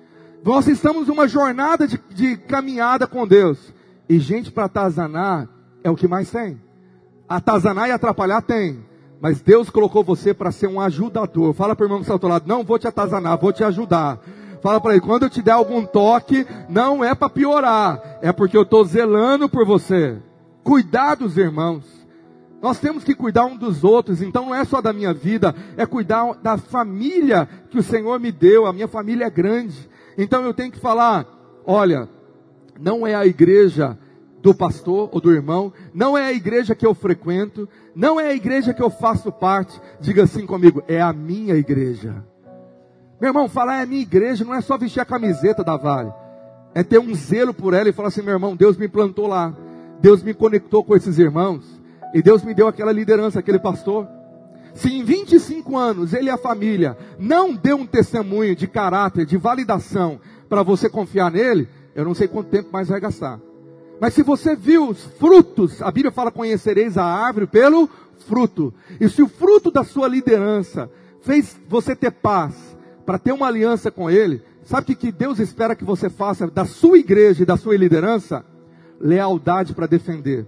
Nós estamos numa jornada de, de caminhada com Deus, e gente para atazanar é o que mais tem. Atazanar e atrapalhar tem. Mas Deus colocou você para ser um ajudador. Fala para o irmão que está ao teu lado, não vou te atazanar, vou te ajudar. Fala para ele, quando eu te der algum toque, não é para piorar, é porque eu estou zelando por você. Cuidados, irmãos. Nós temos que cuidar um dos outros, então não é só da minha vida, é cuidar da família que o Senhor me deu. A minha família é grande. Então eu tenho que falar, olha, não é a igreja do pastor ou do irmão, não é a igreja que eu frequento, não é a igreja que eu faço parte, diga assim comigo, é a minha igreja. Meu irmão, falar é a minha igreja, não é só vestir a camiseta da Vale, é ter um zelo por ela e falar assim, meu irmão, Deus me plantou lá, Deus me conectou com esses irmãos, e Deus me deu aquela liderança, aquele pastor. Se em vinte e cinco anos ele e a família não deu um testemunho de caráter, de validação, para você confiar nele, eu não sei quanto tempo mais vai gastar. Mas se você viu os frutos, a Bíblia fala, conhecereis a árvore pelo fruto. E se o fruto da sua liderança fez você ter paz, para ter uma aliança com Ele, sabe o que, que Deus espera que você faça da sua igreja e da sua liderança? Lealdade para defender.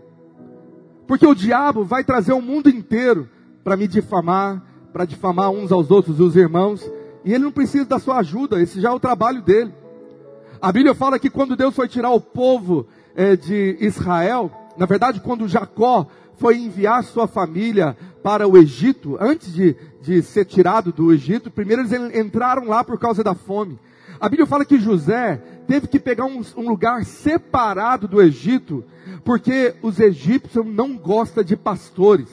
Porque o diabo vai trazer o mundo inteiro para me difamar, para difamar uns aos outros, os irmãos. E ele não precisa da sua ajuda, esse já é o trabalho dele. A Bíblia fala que quando Deus foi tirar o povo É, de Israel, na verdade quando Jacó foi enviar sua família para o Egito, antes de, de ser tirado do Egito, primeiro eles entraram lá por causa da fome. A Bíblia fala que José teve que pegar um, um lugar separado do Egito, porque os egípcios não gostam de pastores,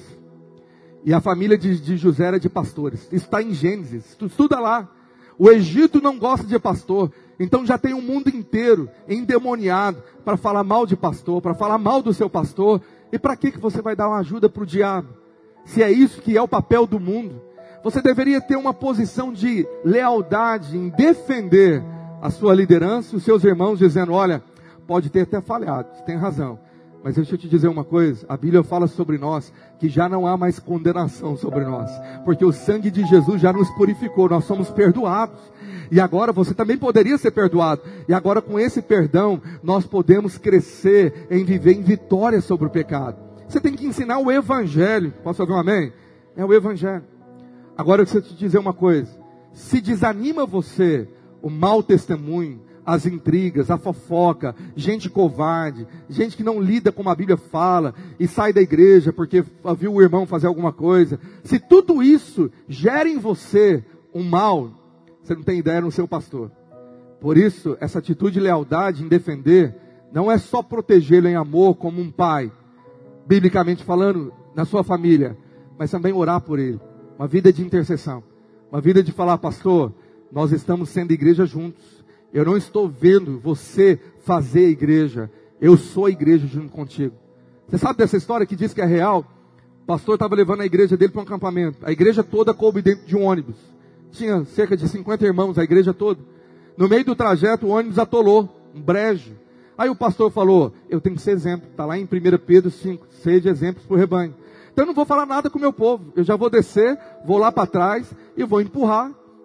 e a família de, de José era de pastores. Isso está em Gênesis, tu estuda lá. O Egito não gosta de pastor, então já tem um mundo inteiro endemoniado para falar mal de pastor, para falar mal do seu pastor. E para que que você vai dar uma ajuda para o diabo? Se é isso que é o papel do mundo, você deveria ter uma posição de lealdade em defender a sua liderança, os seus irmãos, dizendo, olha, pode ter até falhado, você tem razão, mas deixa eu te dizer uma coisa, a Bíblia fala sobre nós, que já não há mais condenação sobre nós, porque o sangue de Jesus já nos purificou, nós somos perdoados, e agora você também poderia ser perdoado, e agora com esse perdão, nós podemos crescer em viver em vitória sobre o pecado. Você tem que ensinar o Evangelho, posso ouvir um amém? É o Evangelho. Agora eu preciso te dizer uma coisa, se desanima você, o mau testemunho, as intrigas, a fofoca, gente covarde, gente que não lida como a Bíblia fala, e sai da igreja porque viu o irmão fazer alguma coisa, se tudo isso gera em você um mal, você não tem ideia no seu pastor. Por isso, essa atitude de lealdade em defender, não é só protegê-lo em amor como um pai, biblicamente falando, na sua família, mas também orar por ele, uma vida de intercessão, uma vida de falar, pastor, nós estamos sendo igreja juntos, eu não estou vendo você fazer a igreja, eu sou a igreja junto contigo. Você sabe dessa história que diz que é real? O pastor estava levando a igreja dele para um acampamento, a igreja toda coube dentro de um ônibus, tinha cerca de cinquenta irmãos, a igreja toda. No meio do trajeto o ônibus atolou, um brejo. Aí o pastor falou, eu tenho que ser exemplo, está lá em primeira Pedro cinco, seja exemplos para o rebanho. Então eu não vou falar nada com o meu povo, eu já vou descer, vou lá para trás e vou empurrar.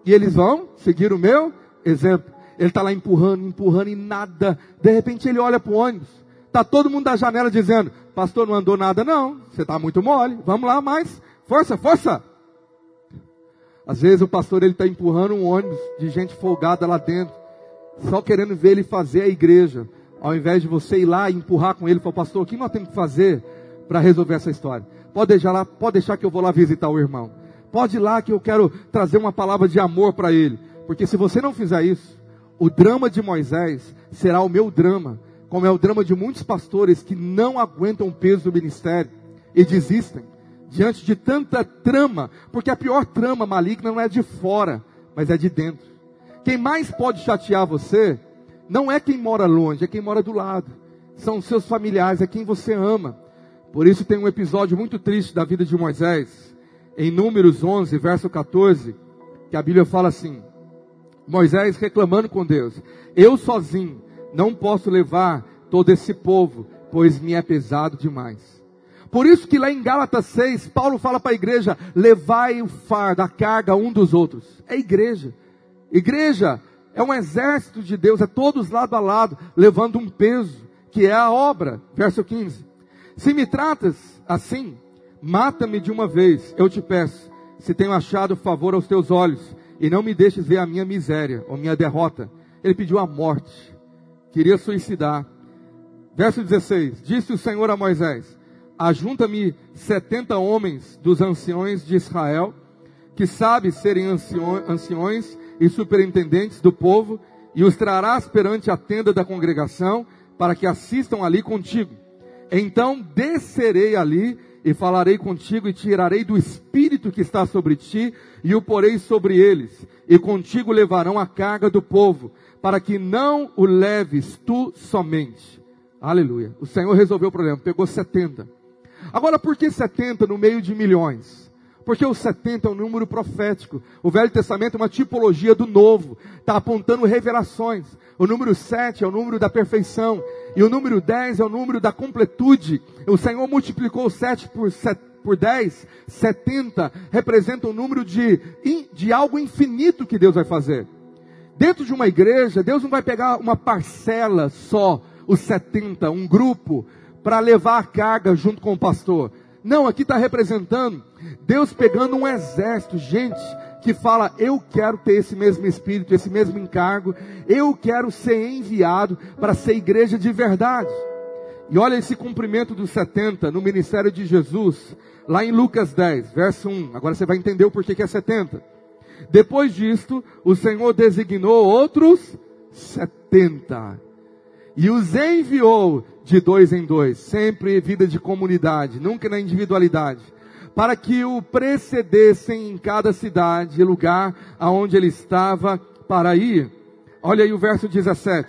e eles vão seguir o meu exemplo. Ele está lá empurrando, empurrando e nada. De repente ele olha para o ônibus. Está todo mundo da janela dizendo: pastor, não andou nada não, você está muito mole, vamos lá mais, força, força. Às vezes o pastor ele está empurrando um ônibus de gente folgada lá dentro, só querendo ver ele fazer a igreja, ao invés de você ir lá e empurrar com ele e falar: pastor, o que nós temos que fazer para resolver essa história? Pode deixar lá, pode deixar que eu vou lá visitar o irmão. Pode ir lá que eu quero trazer uma palavra de amor para ele. Porque se você não fizer isso, o drama de Moisés será o meu drama, como é o drama de muitos pastores que não aguentam o peso do ministério e desistem diante de tanta trama, porque a pior trama maligna não é de fora, mas é de dentro. Quem mais pode chatear você não é quem mora longe, é quem mora do lado, são os seus familiares, é quem você ama. Por isso tem um episódio muito triste da vida de Moisés, em Números onze, verso catorze, que a Bíblia fala assim: Moisés reclamando com Deus: eu sozinho não posso levar todo esse povo, pois me é pesado demais. Por isso que lá em Gálatas seis, Paulo fala para a igreja: levai o fardo, a carga um dos outros. É igreja. Igreja é um exército de Deus, é todos lado a lado, levando um peso, que é a obra. Verso quinze. Se me tratas assim, mata-me de uma vez, eu te peço, se tenho achado favor aos teus olhos, e não me deixes ver a minha miséria, ou minha derrota. Ele pediu a morte, queria suicidar. Verso dezesseis, disse o Senhor a Moisés: ajunta-me setenta homens dos anciões de Israel, que sabem serem anciões e superintendentes do povo, e os trarás perante a tenda da congregação, para que assistam ali contigo. Então descerei ali, e falarei contigo, e tirarei do espírito que está sobre ti, e o porei sobre eles, e contigo levarão a carga do povo, para que não o leves tu somente. Aleluia. O Senhor resolveu o problema, pegou setenta. Agora, por que setenta no meio de milhões? Porque o setenta é um número profético. O Velho Testamento é uma tipologia do Novo, está apontando revelações. O número sete é o número da perfeição, e o número dez é o número da completude. O Senhor multiplicou sete por, sete, por dez, setenta representa um número de, de algo infinito que Deus vai fazer. Dentro de uma igreja, Deus não vai pegar uma parcela só, os setenta, um grupo, para levar a carga junto com o pastor. Não, aqui está representando Deus pegando um exército, gente que fala: eu quero ter esse mesmo espírito, esse mesmo encargo, eu quero ser enviado para ser igreja de verdade. E olha esse cumprimento dos setenta no ministério de Jesus, lá em Lucas dez, verso um. Agora você vai entender o porquê que é setenta. Depois disto, o Senhor designou outros setenta, e os enviou de dois em dois, sempre vida de comunidade, nunca na individualidade, para que o precedessem em cada cidade e lugar aonde ele estava para ir. Olha aí o verso dezessete.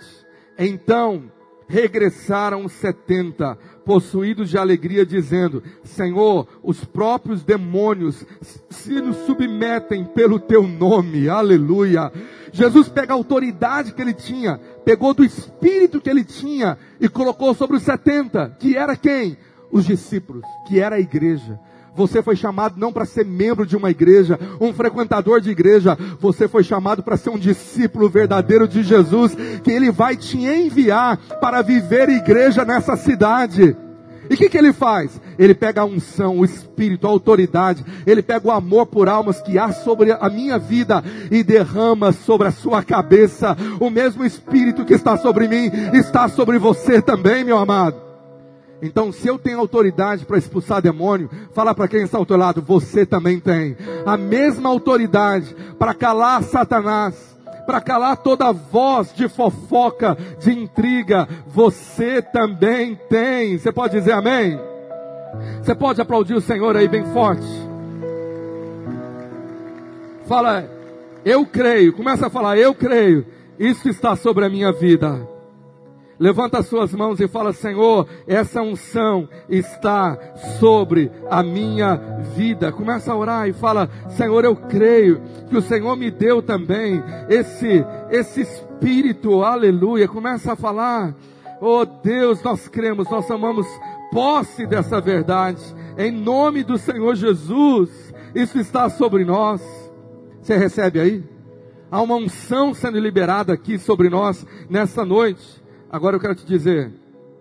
Então regressaram os setenta, possuídos de alegria, dizendo: Senhor, os próprios demônios se nos submetem pelo teu nome. Aleluia. Jesus pega a autoridade que ele tinha, pegou do espírito que ele tinha e colocou sobre os setenta, que era quem? Os discípulos, que era a igreja. Você foi chamado não para ser membro de uma igreja, um frequentador de igreja. Você foi chamado para ser um discípulo verdadeiro de Jesus, que Ele vai te enviar para viver igreja nessa cidade. E o que, que Ele faz? Ele pega a unção, o espírito, a autoridade. Ele pega o amor por almas que há sobre a minha vida e derrama sobre a sua cabeça. O mesmo espírito que está sobre mim está sobre você também, meu amado. Então, se eu tenho autoridade para expulsar demônio, fala para quem está ao teu lado: você também tem a mesma autoridade para calar Satanás, para calar toda voz de fofoca, de intriga. Você também tem. Você pode dizer amém? Você pode aplaudir o Senhor aí bem forte? Fala: eu creio. Começa a falar: eu creio. Isso está sobre a minha vida. Levanta as suas mãos e fala: Senhor, essa unção está sobre a minha vida. Começa a orar e fala: Senhor, eu creio que o Senhor me deu também esse, esse espírito, aleluia. Começa a falar: oh Deus, nós cremos, nós tomamos posse dessa verdade. Em nome do Senhor Jesus, isso está sobre nós. Você recebe aí? Há uma unção sendo liberada aqui sobre nós nessa noite. Agora eu quero te dizer,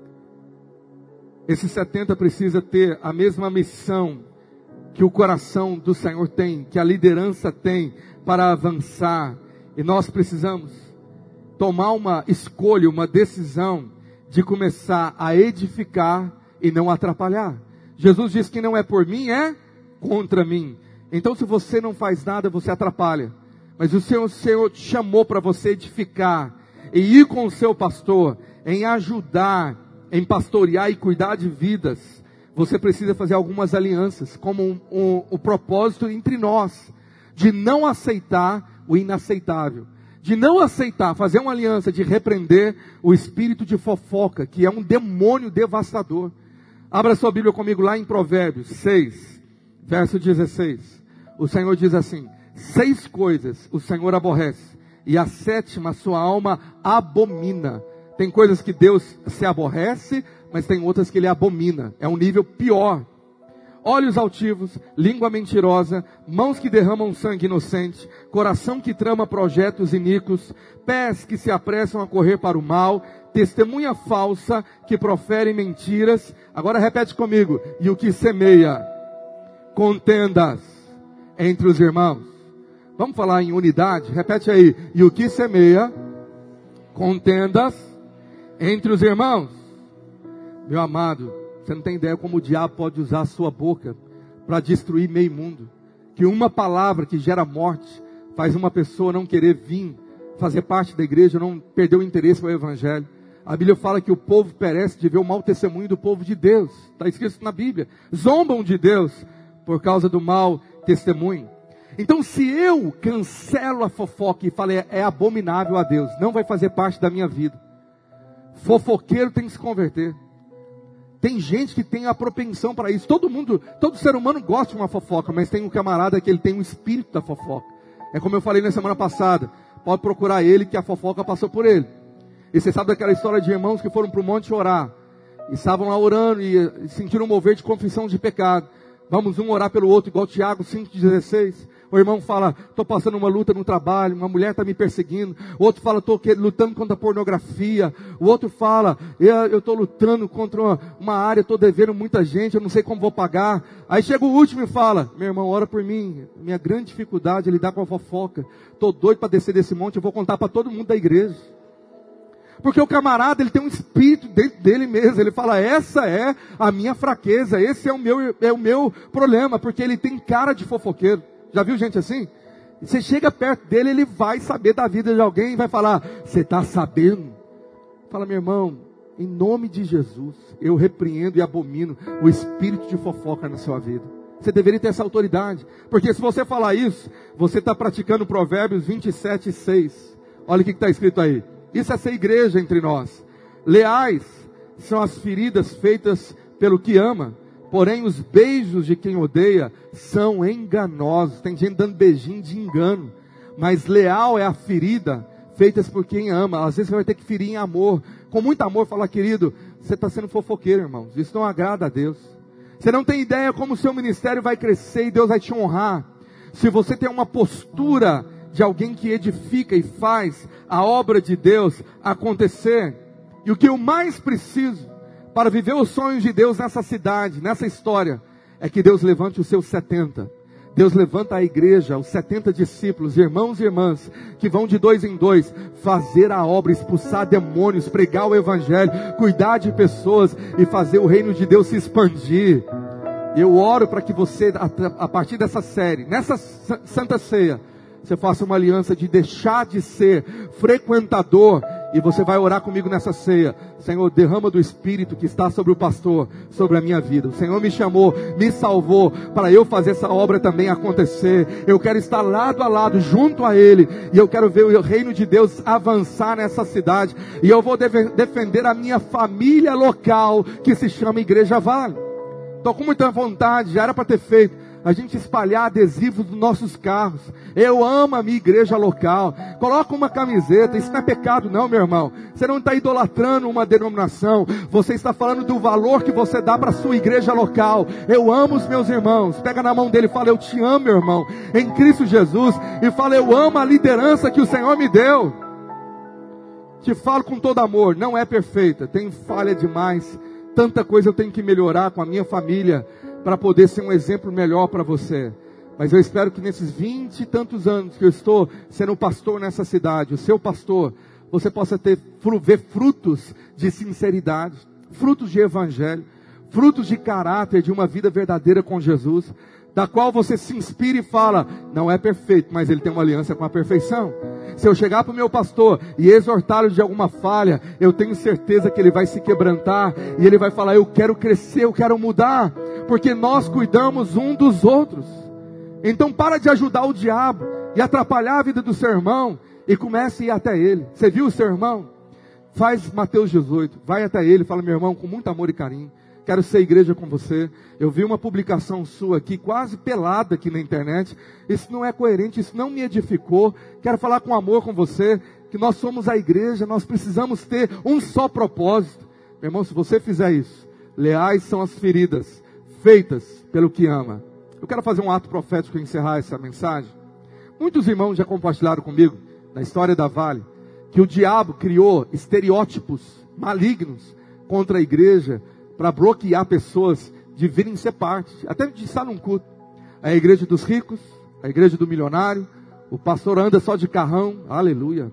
esses setenta precisa ter a mesma missão que o coração do Senhor tem, que a liderança tem para avançar. E nós precisamos tomar uma escolha, uma decisão de começar a edificar e não atrapalhar. Jesus disse que não é por mim, é contra mim. Então se você não faz nada, você atrapalha. Mas o Senhor, o Senhor te chamou para você edificar e ir com o seu pastor, em ajudar, em pastorear e cuidar de vidas. Você precisa fazer algumas alianças, como um, um, um propósito entre nós, de não aceitar o inaceitável, de não aceitar, fazer uma aliança de repreender o espírito de fofoca, que é um demônio devastador. Abra sua Bíblia comigo lá em Provérbios seis, verso dezesseis. O Senhor diz assim: seis coisas o Senhor aborrece, e a sétima sua alma abomina. Tem coisas que Deus se aborrece, mas tem outras que Ele abomina. É um nível pior. Olhos altivos, língua mentirosa, mãos que derramam sangue inocente, coração que trama projetos iníquos, pés que se apressam a correr para o mal, testemunha falsa que profere mentiras. Agora repete comigo: e o que semeia contendas entre os irmãos. Vamos falar em unidade? Repete aí: e o que semeia contendas entre os irmãos. Meu amado, você não tem ideia como o diabo pode usar a sua boca para destruir meio mundo. Que uma palavra que gera morte faz uma pessoa não querer vir fazer parte da igreja, não perder o interesse pelo evangelho. A Bíblia fala que o povo perece de ver o mau testemunho do povo de Deus. Está escrito na Bíblia. Zombam de Deus por causa do mau testemunho. Então, se eu cancelo a fofoca e falo é abominável a Deus, não vai fazer parte da minha vida. Fofoqueiro tem que se converter. Tem gente que tem a propensão para isso. Todo mundo, todo ser humano gosta de uma fofoca, mas tem um camarada que ele tem um espírito da fofoca. É como eu falei na semana passada. Pode procurar ele que a fofoca passou por ele. E você sabe daquela história de irmãos que foram para o monte orar. E estavam lá orando e sentiram um mover de confissão de pecado. Vamos um orar pelo outro, igual Tiago cinco dezesseis. O irmão fala: estou passando uma luta no trabalho, uma mulher está me perseguindo. O outro fala: estou lutando contra a pornografia. O outro fala: eu estou lutando contra uma, uma área, estou devendo muita gente, eu não sei como vou pagar. Aí chega o último e fala: meu irmão, ora por mim. Minha grande dificuldade é lidar com a fofoca. Estou doido para descer desse monte, eu vou contar para todo mundo da igreja. Porque o camarada, ele tem um espírito dentro dele mesmo. Ele fala: essa é a minha fraqueza, esse é o meu, é o meu problema. Porque ele tem cara de fofoqueiro. Já viu gente assim? Você chega perto dele, ele vai saber da vida de alguém e vai falar: você está sabendo? Fala: meu irmão, em nome de Jesus, eu repreendo e abomino o espírito de fofoca na sua vida. Você deveria ter essa autoridade. Porque se você falar isso, você está praticando Provérbios vinte e sete, seis. Olha o que está escrito aí. Isso é ser igreja entre nós. Leais são as feridas feitas pelo que ama, porém os beijos de quem odeia são enganosos. Tem gente dando beijinho de engano. Mas leal é a ferida feita por quem ama. Às vezes você vai ter que ferir em amor. Com muito amor, falar: querido, você está sendo fofoqueiro, irmãos. Isso não agrada a Deus. Você não tem ideia como o seu ministério vai crescer e Deus vai te honrar. Se você tem uma postura de alguém que edifica e faz a obra de Deus acontecer. E o que eu mais preciso para viver os sonhos de Deus nessa cidade, nessa história, é que Deus levante os seus setenta. Deus levanta a igreja, os setenta discípulos, irmãos e irmãs, que vão de dois em dois, fazer a obra, expulsar demônios, pregar o evangelho, cuidar de pessoas e fazer o reino de Deus se expandir. Eu oro para que você, a partir dessa série, nessa Santa Ceia, você faça uma aliança de deixar de ser frequentador. E você vai orar comigo nessa ceia: Senhor, derrama do Espírito que está sobre o pastor, sobre a minha vida. O Senhor me chamou, me salvou, para eu fazer essa obra também acontecer. Eu quero estar lado a lado, junto a Ele. E eu quero ver o reino de Deus avançar nessa cidade. E eu vou def- defender a minha família local, que se chama Igreja Vale. Estou com muita vontade, já era para ter feito. A gente espalhar adesivos dos nossos carros. Eu amo a minha igreja local. Coloca uma camiseta. Isso não é pecado não, meu irmão. Você não está idolatrando uma denominação. Você está falando do valor que você dá para a sua igreja local. Eu amo os meus irmãos. Pega na mão dele e fala: eu te amo, meu irmão, em Cristo Jesus. E fala: eu amo a liderança que o Senhor me deu. Te falo com todo amor. Não é perfeita. Tem falha demais. Tanta coisa eu tenho que melhorar com a minha família para poder ser um exemplo melhor para você. Mas eu espero que nesses vinte e tantos anos que eu estou sendo pastor nessa cidade, o seu pastor, você possa ter, ver frutos de sinceridade, frutos de evangelho, frutos de caráter, de uma vida verdadeira com Jesus, da qual você se inspira e fala: não é perfeito, mas ele tem uma aliança com a perfeição. Se eu chegar para o meu pastor e exortá-lo de alguma falha, eu tenho certeza que ele vai se quebrantar e ele vai falar: eu quero crescer, eu quero mudar, porque nós cuidamos um dos outros. Então para de ajudar o diabo e atrapalhar a vida do seu irmão e comece a ir até ele. Você viu o seu irmão? Faz Mateus dezoito, vai até ele e fala: meu irmão, com muito amor e carinho, quero ser igreja com você. Eu vi uma publicação sua aqui, quase pelada aqui na internet. Isso não é coerente, isso não me edificou. Quero falar com amor com você, que nós somos a igreja, nós precisamos ter um só propósito. Meu irmão, se você fizer isso, leais são as feridas, feitas pelo que ama. Eu quero fazer um ato profético e encerrar essa mensagem. Muitos irmãos já compartilharam comigo, na história da Vale, que o diabo criou estereótipos malignos contra a igreja, para bloquear pessoas de virem ser parte, até de estar num culto. A igreja dos ricos, a igreja do milionário, o pastor anda só de carrão, aleluia.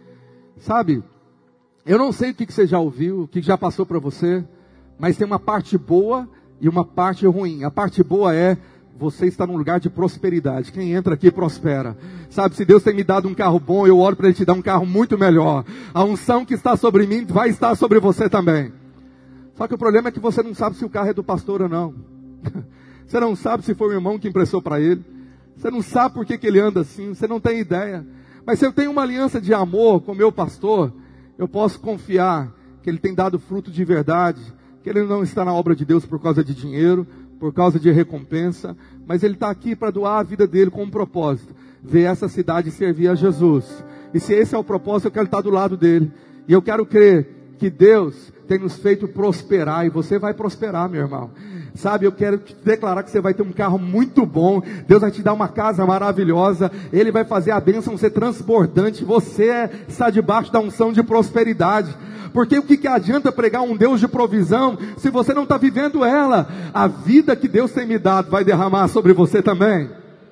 Sabe, eu não sei o que você já ouviu, o que já passou para você, mas tem uma parte boa e uma parte ruim. A parte boa é: você está num lugar de prosperidade. Quem entra aqui prospera. Sabe, se Deus tem me dado um carro bom, eu oro para Ele te dar um carro muito melhor. A unção que está sobre mim vai estar sobre você também. Só que o problema é que você não sabe se o carro é do pastor ou não. Você não sabe se foi o irmão que emprestou para ele. Você não sabe por que, que ele anda assim. Você não tem ideia. Mas se eu tenho uma aliança de amor com o meu pastor, eu posso confiar que ele tem dado fruto de verdade. Que ele não está na obra de Deus por causa de dinheiro, por causa de recompensa. Mas ele está aqui para doar a vida dele com um propósito: ver essa cidade servir a Jesus. E se esse é o propósito, eu quero estar do lado dele. E eu quero crer que Deus tem nos feito prosperar, e você vai prosperar, meu irmão. Sabe, eu quero te declarar que você vai ter um carro muito bom. Deus vai te dar uma casa maravilhosa. Ele vai fazer a bênção ser transbordante. Você é, está debaixo da unção de prosperidade. Porque o que, que adianta pregar um Deus de provisão se você não está vivendo ela? A vida que Deus tem me dado vai derramar sobre você também.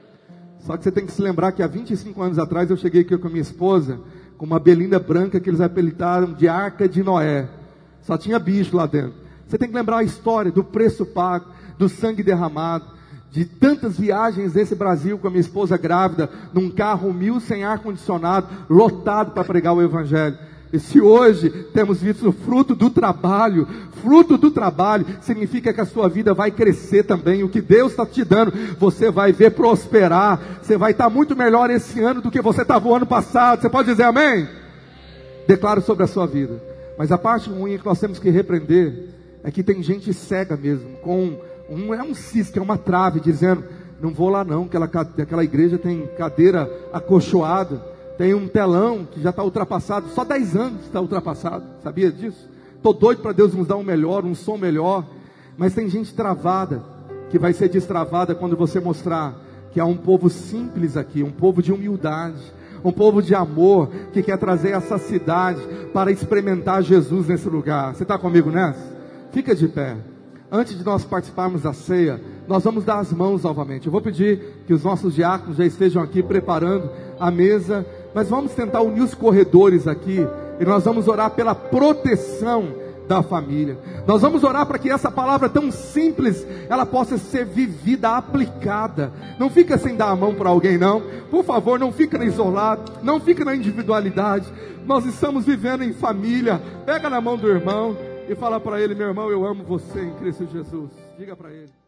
Só que você tem que se lembrar que há vinte e cinco anos atrás eu cheguei aqui com a minha esposa, com uma belinda branca que eles apelidaram de Arca de Noé. Só tinha bicho lá dentro. Você tem que lembrar a história do preço pago, do sangue derramado, de tantas viagens desse Brasil com a minha esposa grávida, num carro humilde, sem ar-condicionado, lotado para pregar o Evangelho. E se hoje temos visto o fruto do trabalho, fruto do trabalho, significa que a sua vida vai crescer também. O que Deus está te dando, você vai ver prosperar. Você vai estar muito melhor esse ano do que você estava o ano passado. Você pode dizer amém? Declaro sobre a sua vida. Mas a parte ruim que nós temos que repreender é que tem gente cega mesmo, com um, é um cisco, é uma trave, dizendo: não vou lá não, aquela, aquela igreja tem cadeira acolchoada, tem um telão que já está ultrapassado, só dez anos está ultrapassado, sabia disso? Estou doido para Deus nos dar um melhor, um som melhor. Mas tem gente travada, que vai ser destravada quando você mostrar que há um povo simples aqui, um povo de humildade, um povo de amor, que quer trazer essa cidade para experimentar Jesus nesse lugar. Você está comigo nessa? Fica de pé. Antes de nós participarmos da ceia, nós vamos dar as mãos novamente. Eu vou pedir que os nossos diáconos já estejam aqui preparando a mesa, mas vamos tentar unir os corredores aqui, e nós vamos orar pela proteção da família. Nós vamos orar para que essa palavra tão simples, ela possa ser vivida, aplicada. Não fica sem dar a mão para alguém não. Por favor, não fica isolado, não fica na individualidade. Nós estamos vivendo em família. Pega na mão do irmão e fala para ele: meu irmão, eu amo você em Cristo Jesus. Diga para ele.